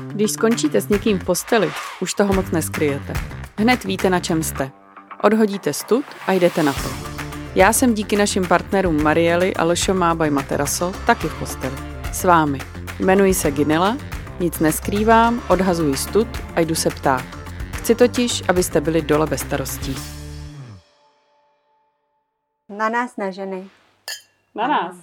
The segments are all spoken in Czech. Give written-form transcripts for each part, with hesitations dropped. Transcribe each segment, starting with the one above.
Když skončíte s někým v posteli, už toho moc neskryjete. Hned víte, na čem jste. Odhodíte stud a jdete na to. Já jsem díky našim partnerům Marieli a Lšomá by Materaso taky v posteli. S vámi. Jmenuji se Ginela, nic neskrývám, odhazuji stud a jdu se ptát. Chci totiž, abyste byli dole bez starostí. Na nás, na ženy. Na nás.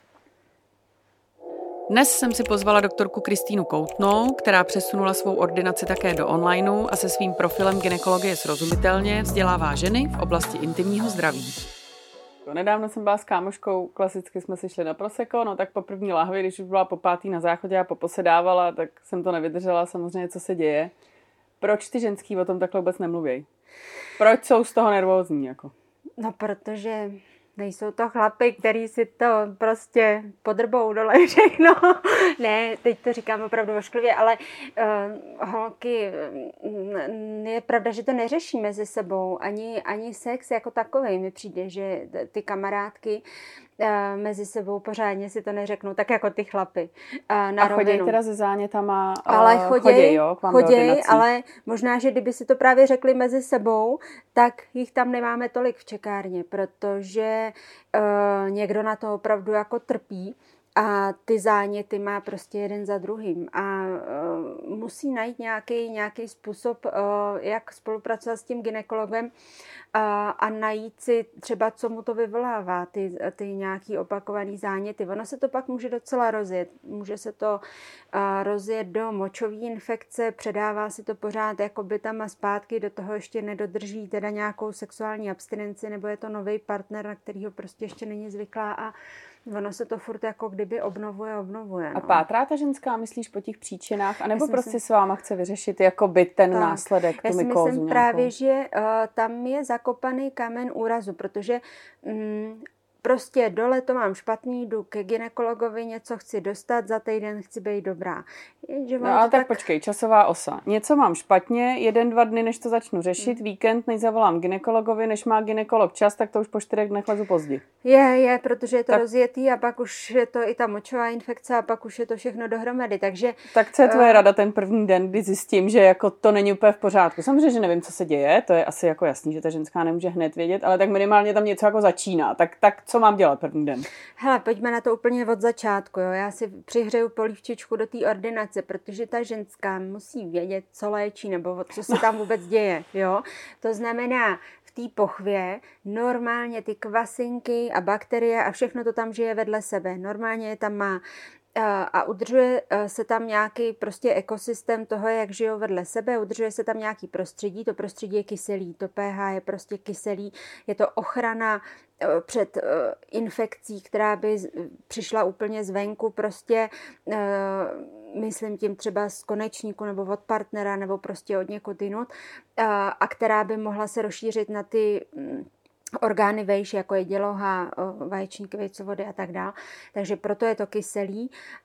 Dnes jsem si pozvala doktorku Kristýnu Koutnou, která přesunula svou ordinaci také do onlineu a se svým profilem gynekologie srozumitelně vzdělává ženy v oblasti intimního zdraví. Nedávno jsem byla s kámoškou, klasicky jsme si šli na prosecco, no tak po první lahvi, když už byla po pátý na záchodě a poposedávala, tak jsem to nevydržela, samozřejmě, co se děje. Proč ty ženský o tom takhle vůbec nemluví? Proč jsou z toho nervózní, jako? No, protože nejsou to chlapy, který si to prostě podrbou dole všechno. Ne, teď to říkám opravdu ošklivě, ale holky, je pravda, že to neřeší mezi sebou. Ani sex jako takovej. Mi přijde, že ty kamarádky mezi sebou pořádně si to neřeknou, tak jako ty chlapy. A chodí teda se zánětama? Ale chodí, jo, k vám do ordinací. ale možná, že kdyby si to právě řekli mezi sebou, tak jich tam nemáme tolik v čekárně, protože někdo na to opravdu jako trpí a ty záněty má prostě jeden za druhým a musí najít nějaký způsob, jak spolupracovat s tím gynekologem a najít si třeba, co mu to vyvolává, ty nějaký opakovaný záněty. Ono se to pak může docela rozjet. Může se to rozjet do močové infekce, předává si to pořád jakoby tam a zpátky, do toho ještě nedodrží teda nějakou sexuální abstinenci, nebo je to nový partner, na kterýho prostě ještě není zvyklá a ono se to furt jako kdyby obnovuje. No. A pátrá ta ženská, myslíš, po těch příčinách? A nebo prostě s váma chce vyřešit jakoby ten následek, tu mykózu? Já si myslím právě, že tam je zakopaný kámen úrazu, protože prostě dole to mám špatný, jdu ke gynekologovi, něco chci dostat, za týden chci být dobrá. No ale tak počkej, časová osa. Něco mám špatně, 1-2 dny, než to začnu řešit, víkend, než zavolám gynekologovi, než má gynekolog čas, tak to už po 4 dnech lezu pozdě. Je, protože je to rozjetý a pak už je to i ta močová infekce a pak už je to všechno dohromady, takže... Tak co je tvoje rada ten první den, kdy zjistím, že jako to není úplně v pořádku? Samozřejmě, že nevím, co se děje, to je asi jako jasný, že ta ženská nemůže hned vědět, ale tak minimálně tam něco jako začíná. Tak co mám dělat první den? Hele, pojďme na to úplně od začátku, jo. Já si přihřeju polívčičku do té ordinace, protože ta ženská musí vědět, co léčí nebo co se tam vůbec děje, jo. To znamená, v té pochvě normálně ty kvasinky a bakterie a všechno to tam žije vedle sebe. Normálně je tam má a udržuje se tam nějaký prostě ekosystém toho, jak žijou vedle sebe, udržuje se tam nějaký prostředí, to prostředí je kyselý, to pH je prostě kyselý, je to ochrana před infekcí, která by přišla úplně zvenku, prostě myslím tím třeba z konečníku nebo od partnera nebo prostě od někud jinut a která by mohla se rozšířit na ty orgány vejš, jako je děloha, vaječníky, vejcovody a tak dále. Takže proto je to kyselý.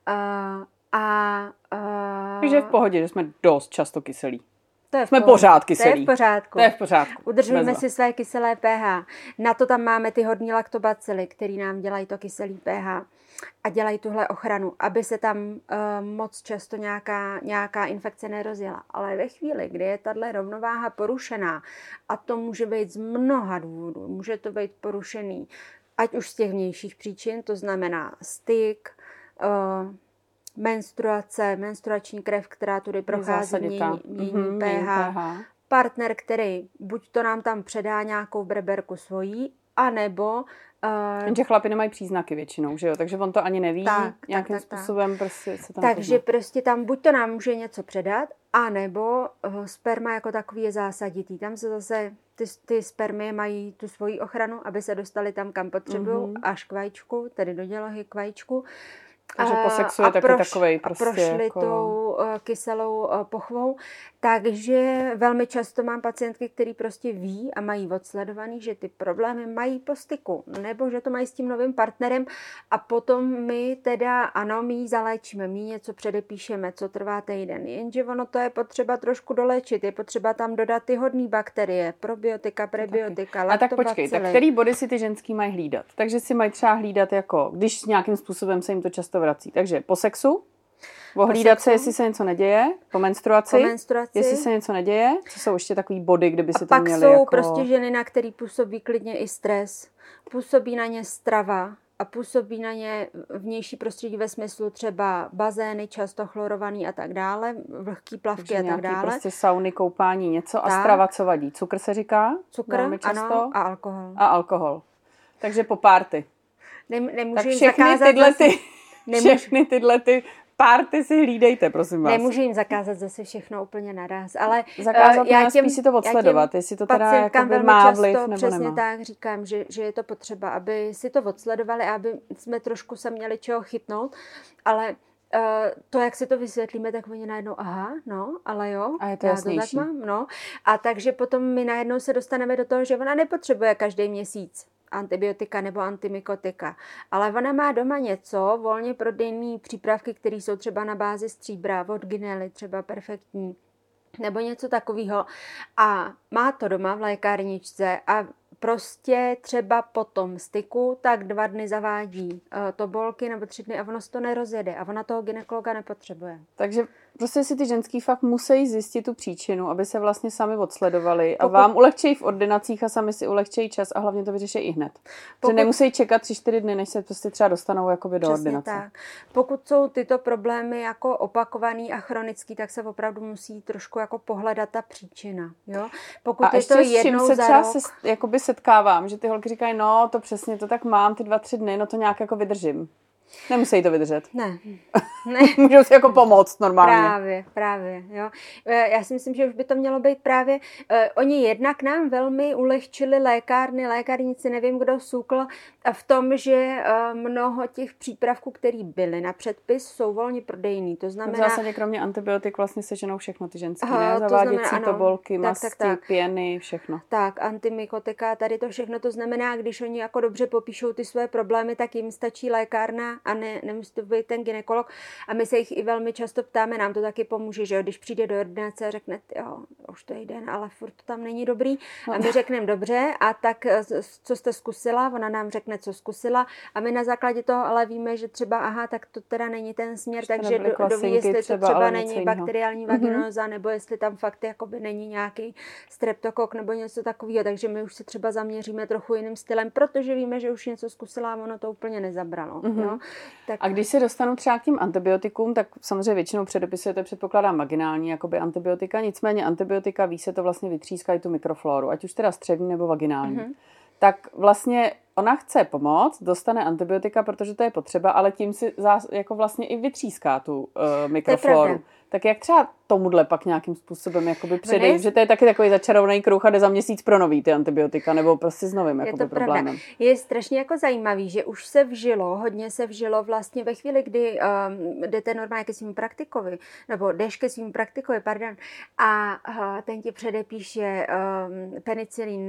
Takže v pohodě, že jsme dost často kyselí. Jsme pořád kyselí. To je v pořádku. Udržujeme si své kyselé pH. Na to tam máme ty hodní laktobacily, který nám dělají to kyselý pH a dělají tuhle ochranu, aby se tam moc často nějaká infekce nerozjela. Ale ve chvíli, kdy je tahle rovnováha porušená, a to může být z mnoha důvodů, může to být porušený, ať už z těch vnějších příčin, to znamená styk, menstruace, menstruační krev, která tudy prochází, mění pH. Partner, který buď to nám tam předá nějakou breberku svojí, anebo... Jenže chlapi nemají příznaky většinou, že jo? Takže on to ani neví, nějakým způsobem prostě se tam... Takže prostě tam buď to nám může něco předat, anebo sperma jako takový je zásaditý. Tam se zase ty spermy mají tu svoji ochranu, aby se dostali tam, kam potřebují, až k vajíčku, tedy do dělohy k vajíčku. Takže po sexu je taky takovej prostě prošli jako... tou kyselou pochvou. Takže velmi často mám pacientky, který prostě ví a mají odsledovaný, že ty problémy mají po styku, nebo že to mají s tím novým partnerem a potom my teda, ano, my ji zaléčíme, my něco předepíšeme, co trvá týden. Jenže ono to je potřeba trošku doléčit, je potřeba tam dodat ty hodné bakterie, probiotika, prebiotika, laktobacily. A tak počkej, tak který body si ty ženský mají hlídat? Takže si mají třeba hlídat jako, když nějakým způsobem se jim to často vrací. Takže po sexu, Ohlídat se, jestli se něco neděje, po menstruaci, jestli se něco neděje, co jsou ještě takový body, kdyby si to měli pak jsou jako... prostě ženy, na který působí klidně i stres, působí na ně strava a působí na ně vnější prostředí ve smyslu třeba bazény, často chlorovaný a tak dále, vlhký plavky a tak dále. Prostě sauny, koupání, něco a strava, co vadí. Cukr se říká? Cukr, ano, a alkohol. A alkohol. Takže po párty. Nemůžu jim zakázat všechny tyhle párty si hlídejte, prosím vás. Nemůžu jim zakázat zase všechno úplně naraz, ale zakázat spíš si to odsledovat, jestli to teda jakoby má vliv nebo nemá. Přesně tak říkám, že je to potřeba, aby si to odsledovali, aby jsme trošku se měli čeho chytnout, ale to, jak si to vysvětlíme, tak oni najednou, ale jo, a je to já jasnější. To tak mám, no. A takže potom my najednou se dostaneme do toho, že ona nepotřebuje každý měsíc antibiotika nebo antimykotika, ale ona má doma něco, volně prodejné přípravky, které jsou třeba na bázi stříbra, od Ginely, třeba Perfektní, nebo něco takového. A má to doma v lékárničce a prostě třeba po tom styku tak 2 dny zavádí tobolky nebo 3 dny a ono se to nerozjede a ona toho gynekologa nepotřebuje. Takže prostě si ty ženský fakt musí zjistit tu příčinu, aby se vlastně sami odsledovali a vám ulehčejí v ordinacích a sami si ulehčejí čas a hlavně to vyřeší i hned. Protože nemusí čekat 3-4 dny, než se prostě třeba dostanou jakoby do ordinace. Tak. Pokud jsou tyto problémy jako opakovaný a chronický, tak se opravdu musí trošku jako pohledat ta příčina. Jo? Pokud a je ještě to s čím se třeba jakoby setkávám, že ty holky říkají, no to přesně, to tak mám, ty 2-3 dny, no to nějak jako vydržím. Nemusí to vydržet. Ne. Můžou si jako pomoct normálně. Právě. Jo. Já si myslím, že už by to mělo být právě... Oni jednak nám velmi ulehčili lékárnici, nevím, kdo sůkl, v tom, že mnoho těch přípravků, které byly na předpis, jsou volně prodejný. To znamená... V zásadě kromě antibiotik vlastně seženou všechno ty ženské, ne? Zaváděcí tobolky, masti, pěny, všechno. Tak, antimykotika, tady to všechno. To znamená, když oni jako dobře popíšou ty své problémy, tak jim stačí lékárna a nemusí to být ten gynekolog. A my se jich i velmi často ptáme, nám to taky pomůže, že jo, když přijde do ordinace a řekne, jo, už to je den, ale furt to tam není dobrý. A my řekneme dobře, a tak co jste zkusila, ona nám řekne, co zkusila a my na základě toho ale víme, že třeba, tak to teda není ten směr, takže doví, jestli to třeba není bakteriální vaginóza, nebo jestli tam fakt jakoby není nějaký streptokok nebo něco takového, takže my už se třeba zaměříme trochu jiným stylem, protože víme, že už něco zkusila a ono to úplně nezabralo. No? Tak... A když se dostanu třeba k tím antibiotikům, tak samozřejmě většinou předepisujete, předpokládám, vaginální jakoby antibiotika, nicméně antibiotika, ví se to vlastně vytřískají tu mikrofloru, ať už teda střevní nebo vaginální. Tak vlastně ona chce pomoct, dostane antibiotika, protože to je potřeba, ale tím si jako vlastně i vytříská tu mikrofloru. Tak jak třeba tomuhle pak nějakým způsobem jakoby předejít, že to je taky takový začarovaný kruh a jde za měsíc pro nový ty antibiotika, nebo prostě s novým jakoby problémem. Pravda. Je strašně jako zajímavý, že už se hodně se vžilo vlastně ve chvíli, kdy jdete normálně ke svým praktikovi, nebo jdeš ke svým praktikovi, a ten ti předepíše penicilin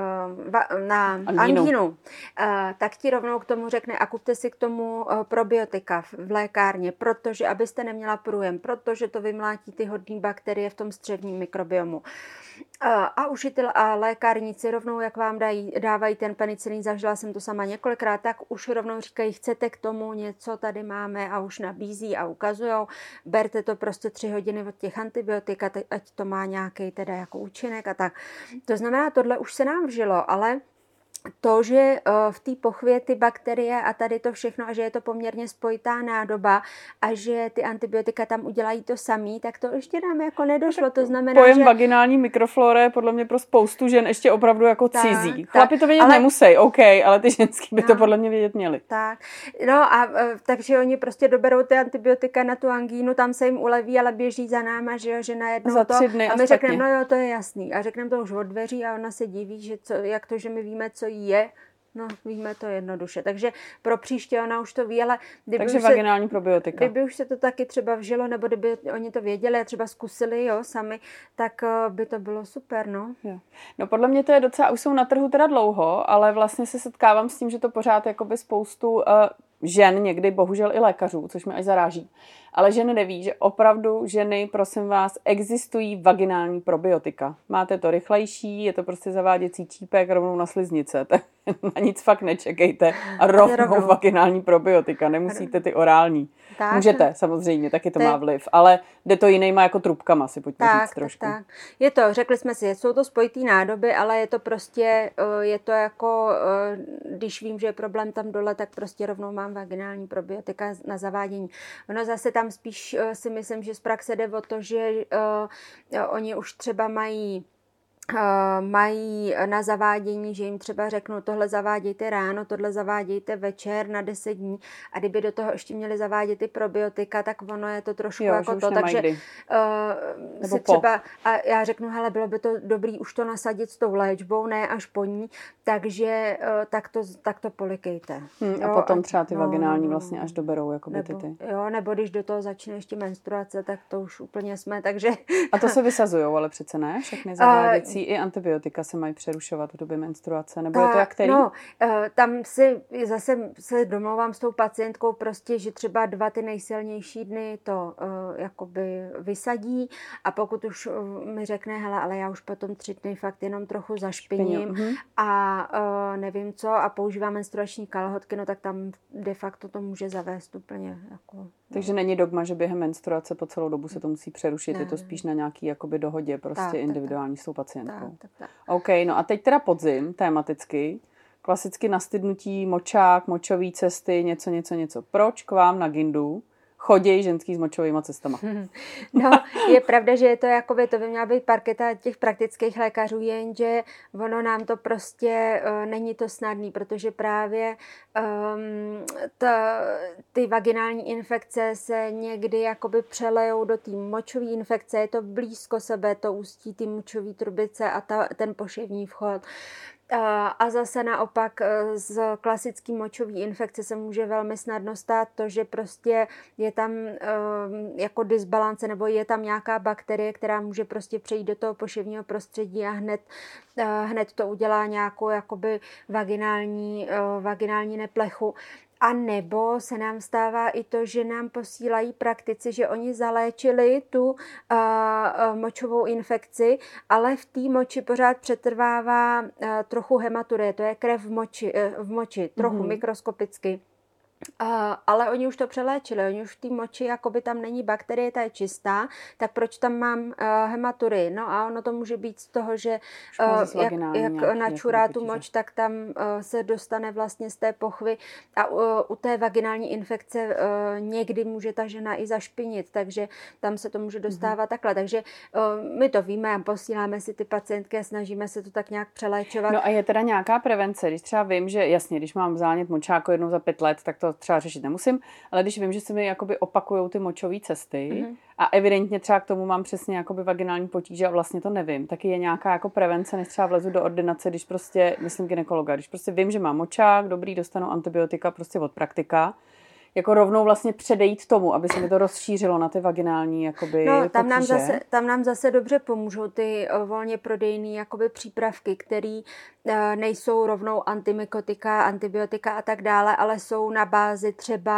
na angínu. Tak ti rovnou k tomu řekne a kupte si k tomu probiotika v lékárně, protože abyste neměla průjem, protože to vymlátí ty hodné bakterie v tom střevním mikrobiomu. A učitel a lékárníci rovnou, jak vám dávají ten penicilin, zažila jsem to sama několikrát, tak už rovnou říkají, chcete k tomu něco, tady máme a už nabízí a ukazujou, berte to prostě 3 hodiny od těch antibiotik, ať to má nějaký teda jako účinek a tak. To znamená, tohle už se nám vžilo, ale to, že v té pochvě ty bakterie a tady to všechno a že je to poměrně spojitá nádoba a že ty antibiotika tam udělají to samý, tak to ještě nám jako nedošlo. To znamená, pojem vaginální mikroflora je podle mě pro spoustu žen ještě opravdu jako cizí. Chlapi to vědět nemusí, OK, ale ty ženský by to podle mě vědět měli. Tak, no a takže oni prostě doberou ty antibiotika na tu angínu, tam se jim uleví, ale běží za náma, že najednou za 3 dny a my řekneme, no jo, to je jasný. A řekneme to už od dveří a ona se diví, že jak to, že my víme, co je, no víme to jednoduše. Takže pro příště ona už to ví, ale takže vaginální probiotika. Kdyby už se to taky třeba vžilo, nebo kdyby oni to věděli a třeba zkusili, jo, sami, tak by to bylo super, no. Jo. No podle mě to je docela, už jsou na trhu teda dlouho, ale vlastně se setkávám s tím, že to pořád jakoby spoustu žen, někdy bohužel i lékařů, což mě až zaráží, Ale ženy neví, že opravdu ženy, prosím vás, existují vaginální probiotika. Máte to rychlejší, je to prostě zaváděcí čípek rovnou na sliznice. Na nic fakt nečekejte. A rovnou vaginální probiotika, nemusíte ty orální. Tak. Můžete, samozřejmě, taky to má vliv, ale jde to jinýma jako trubkama, si pojďme říct trošku. Tak. Je to, řekli jsme si, jsou to spojitý nádoby, ale je to prostě, je to jako, když vím, že je problém tam dole, tak prostě rovnou mám vaginální probiotika na zavádění. Ono zase tam spíš si myslím, že z praxe jde o to, že oni už třeba mají na zavádění, že jim třeba řeknu, tohle zavádějte ráno, tohle zavádějte večer na 10 dní a kdyby do toho ještě měli zavádět ty probiotika, tak ono je to trošku jako to, takže si třeba, a já řeknu, hele, bylo by to dobrý už to nasadit s tou léčbou, ne až po ní, takže tak to polikejte. A potom třeba ty vaginální vlastně až doberou, jakoby ty. Jo, nebo když do toho začne ještě menstruace, tak to už úplně jsme, takže... A to se vysazujou, ale přece ne, všechny zaváděcí i antibiotika se mají přerušovat v době menstruace, nebo je to jak který? No, tam si zase se domlouvám s tou pacientkou prostě, že třeba 2 ty nejsilnější dny to jakoby vysadí a pokud už mi řekne, hele, ale já už potom 3 dny fakt jenom trochu zašpiním a nevím co a používám menstruační kalhotky, no tak tam de facto to může zavést úplně jako... Takže není dogma, že během menstruace po celou dobu se to musí přerušit, je to spíš na nějaký jakoby dohodě, prostě individuální s tou pacientkou. Tak. OK, no a teď teda podzim, tematicky, klasicky nastydnutí, močák, močový cesty, něco. Proč k vám na Gindu chodí ženský s močovýma cestama? No, je pravda, že je to jakoby, to by měla být parketa těch praktických lékařů, jenže ono nám to prostě není to snadný, protože právě ty vaginální infekce se někdy jakoby přelejou do té močové infekce, je to blízko sebe, to ústí ty močové trubice a ten poševní vchod. A zase naopak z klasický močový infekce se může velmi snadno stát to, že prostě je tam jako disbalance nebo je tam nějaká bakterie, která může prostě přejít do toho poševního prostředí a hned to udělá nějakou jakoby vaginální neplechu. A nebo se nám stává i to, že nám posílají praktici, že oni zaléčili tu močovou infekci, ale v té moči pořád přetrvává trochu hematurie, to je krev v moči trochu mikroskopicky. Ale oni už to přeléčili, oni už v té moči, jakoby tam není bakterie, ta je čistá, tak proč tam mám hematurii? No a ono to může být z toho, že jak načurá tu moč, tak tam se dostane vlastně z té pochvy a u té vaginální infekce někdy může ta žena i zašpinit, takže tam se to může dostávat takhle. Takže my to víme a posíláme si ty pacientky a snažíme se to tak nějak přeléčovat. No a je teda nějaká prevence, když třeba vím, že jasně, když mám zánět močáku jednou za 5 let, tak to třeba řešit nemusím, ale když vím, že se mi jakoby opakujou ty močové cesty a evidentně třeba k tomu mám přesně jakoby vaginální potíže a vlastně to nevím, taky je nějaká jako prevence, než třeba vlezu do ordinace, když prostě, myslím gynekologa, když prostě vím, že mám močák, dobrý, dostanu antibiotika prostě od praktika, jako rovnou vlastně předejít tomu, aby se mi to rozšířilo na ty vaginální jakoby potíže. Tam nám zase dobře pomůžou ty volně prodejný jakoby přípravky, které nejsou rovnou antimykotika, antibiotika a tak dále, ale jsou na bázi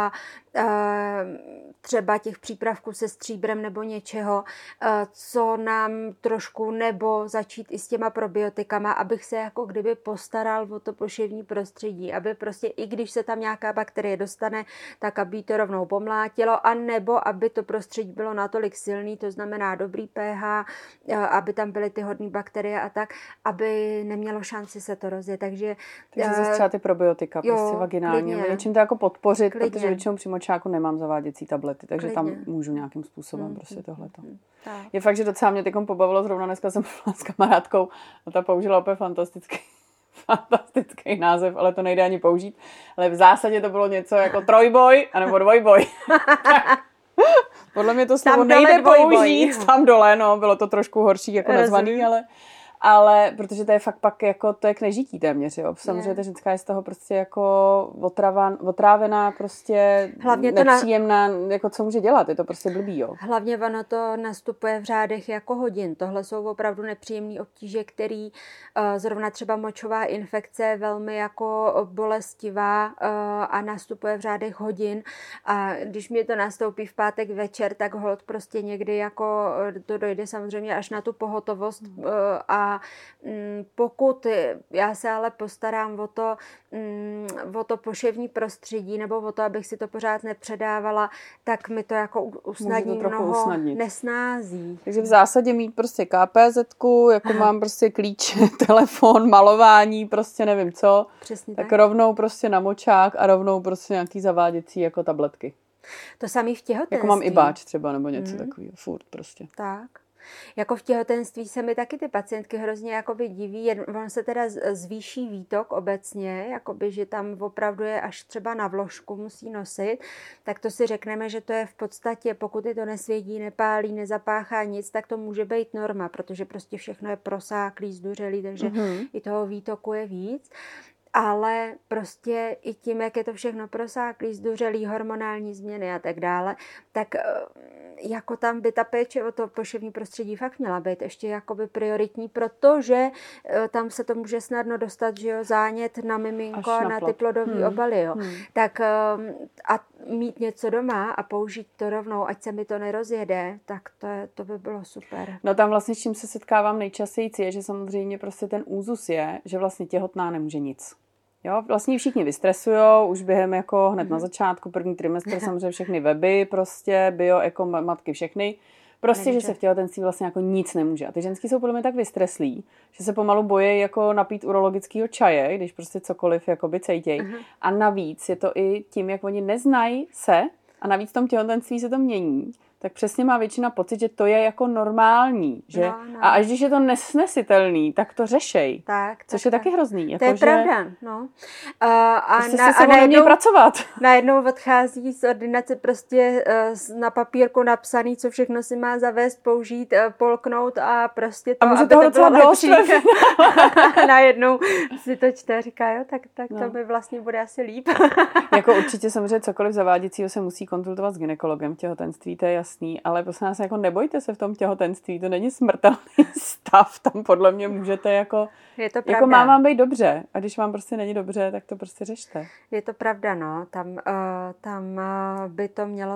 třeba těch přípravků se stříbrem nebo něčeho, co nám trošku, nebo začít i s těma probiotikama, abych se jako kdyby postaral o to poševní prostředí, aby prostě i když se tam nějaká bakterie dostane, tak aby to rovnou pomlátilo, a nebo aby to prostředí bylo natolik silný, to znamená dobrý pH, aby tam byly ty hodné bakterie a tak, aby nemělo šanci se to rozjet. Takže zase třeba ty probiotika, prostě vaginální, něčím to jako podpořit, protože většinou při močáku nemám zaváděcí tablety, takže tam můžu nějakým způsobem prostě tohleto. Je fakt, že docela mě teďkom pobavilo, zrovna dneska jsem byla s kamarádkou a ta použila opět fantastický název, ale to nejde ani použít. Ale v zásadě to bylo něco jako trojboj anebo dvojboj. Podle mě to slovo nejde použít tam dole, no, bylo to trošku horší jako nazvaný, Ale protože to je fakt pak jako, to je k nežití téměř, jo. Samozřejmě ta ženská je z toho prostě jako otrávená, prostě hlavně nepříjemná, jako co může dělat, je to prostě blbý, jo. Hlavně ono to nastupuje v řádech jako hodin. Tohle jsou opravdu nepříjemné obtíže, který zrovna třeba močová infekce je velmi jako bolestivá a nastupuje v řádech hodin. A když mi to nastoupí v pátek večer, tak holt prostě někdy jako to dojde samozřejmě až na tu pohotovost a pokud já se ale postarám o to poševní prostředí nebo o to, abych si to pořád nepředávala, tak mi to jako usnadní mnoho nesnází. Takže v zásadě mít prostě KPZ-ku, jako mám prostě klíče, telefon, malování, prostě nevím co, přesně tak rovnou prostě na močák a rovnou prostě nějaký zaváděcí jako tabletky. To samý v těhotenství. Jako mám ibáč třeba nebo něco takového, furt prostě. Tak. Jako v těhotenství se mi taky ty pacientky hrozně jakoby diví, on se teda zvýší výtok obecně, jakoby, že tam opravdu je až třeba na vložku musí nosit, tak to si řekneme, že to je v podstatě, pokud je to nesvědí, nepálí, nezapáchá nic, tak to může být norma, protože prostě všechno je prosáklý, zduřelý, takže i toho výtoku je víc. Ale prostě i tím, jak je to všechno prosáklý, zduřelý, hormonální změny a tak dále, tak jako tam by ta péče o to poševní prostředí fakt měla být ještě jakoby prioritní, protože tam se to může snadno dostat, že jo, zánět na miminko a na ty plodové obaly, jo. Tak a mít něco doma a použít to rovnou, ať se mi to nerozjede, tak to by bylo super. No tam vlastně s čím se setkávám nejčastěji je, že samozřejmě prostě ten úzus je, že vlastně těhotná nemůže nic. Jo, vlastně všichni vystresujou, už během jako hned na začátku, první trimestr samozřejmě všechny weby, prostě bio, eko, matky, všechny. Prostě, nemůže. Že se v těhotenství vlastně jako nic nemůže. A ty ženský jsou podle mě tak vystreslí, že se pomalu bojí jako napít urologického čaje, když prostě cokoliv jakoby cejtěj. A navíc je to i tím, jak oni neznají se a navíc v tom těhotenství se to mění, tak přesně má většina pocit, že to je jako normální. Že? No. A až když je to nesnesitelný, tak to řešej. Což je taky hrozný. Jako, to je pravda. No. Prostě se najednou pracovat. Najednou odchází z ordinace prostě na papírku napsaný, co všechno si má zavést, použít, polknout a prostě to, a může toho docela dost. Najednou si to čte a říká, jo, tak to by vlastně bude asi líp. Jako určitě samozřejmě cokoliv zaváděcího se musí konzultovat s gynekologem v těhotenství, to je jasný, ale prosím nás, jako nebojte se v tom těhotenství, to není smrtelný stav, tam podle mě můžete jako, je to jako má vám být dobře a když vám prostě není dobře, tak to prostě řešte. Je to pravda, no, tam by to mělo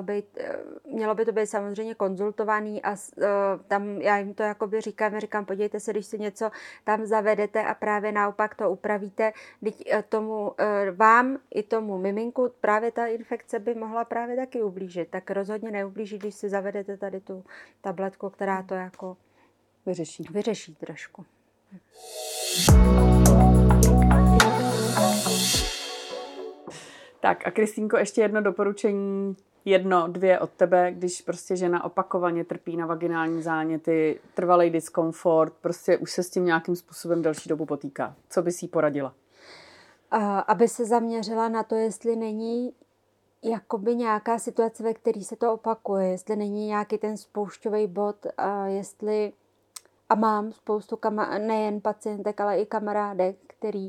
by to být samozřejmě konzultovaný a tam já jim to jakoby říkám, podívejte se, když si něco tam zavedete a právě naopak to upravíte, tomu vám i tomu miminku právě ta infekce by mohla právě taky ublížit, tak rozhodně neublíží, když si zavedete tady tu tabletku, která to jako vyřeší trošku. Tak a Kristýnko, ještě jedno doporučení, 1, 2 od tebe, když prostě žena opakovaně trpí na vaginální záněty, trvalý diskomfort, prostě už se s tím nějakým způsobem delší dobu potýká. Co bys jí poradila? Aby se zaměřila na to, jestli není jakoby nějaká situace, ve které se to opakuje, jestli není nějaký ten spoušťový bod, a mám spoustu nejen pacientek, ale i kamarádek, který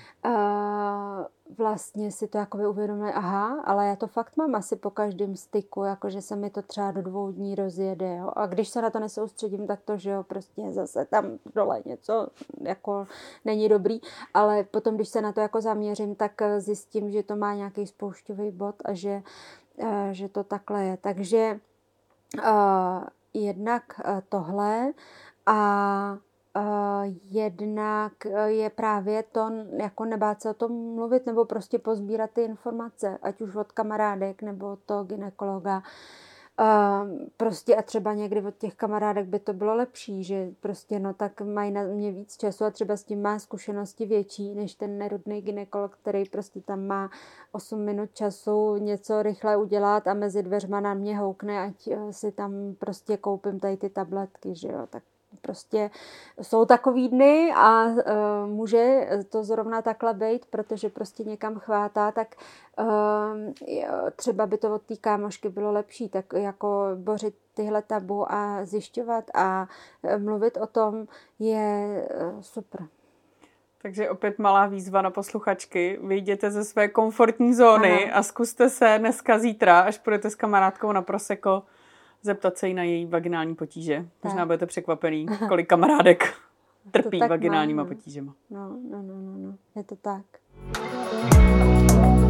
vlastně si to jakoby uvědomili, ale já to fakt mám asi po každém styku, jakože se mi to třeba do 2 dní rozjede, jo? A když se na to nesoustředím, tak to, že jo, prostě zase tam dole něco jako není dobrý, ale potom, když se na to jako zaměřím, tak zjistím, že to má nějaký spoušťový bod a že to takhle je. Takže jednak tohle a jednak je právě to, jako nebát se o tom mluvit, nebo prostě pozbírat ty informace, ať už od kamarádek, nebo od toho gynekologa. Prostě a třeba někdy od těch kamarádek by to bylo lepší, že prostě no tak mají na mě víc času a třeba s tím má zkušenosti větší než ten nerudný gynekolog, který prostě tam má 8 minut času něco rychle udělat a mezi dveřma na mě houkne, ať si tam prostě koupím tady ty tabletky, že jo, tak prostě jsou takový dny a může to zrovna takhle být, protože prostě někam chvátá, tak třeba by to od té kámošky bylo lepší, tak jako bořit tyhle tabu a zjišťovat a mluvit o tom je super. Takže opět malá výzva na posluchačky. Vyjděte ze své komfortní zóny a zkuste se dneska, zítra, až půjdete s kamarádkou na prosecco, zeptat se jí na její vaginální potíže. Tak. Možná budete překvapený, kolik kamarádek trpí vaginálníma potížema. No. Je to tak.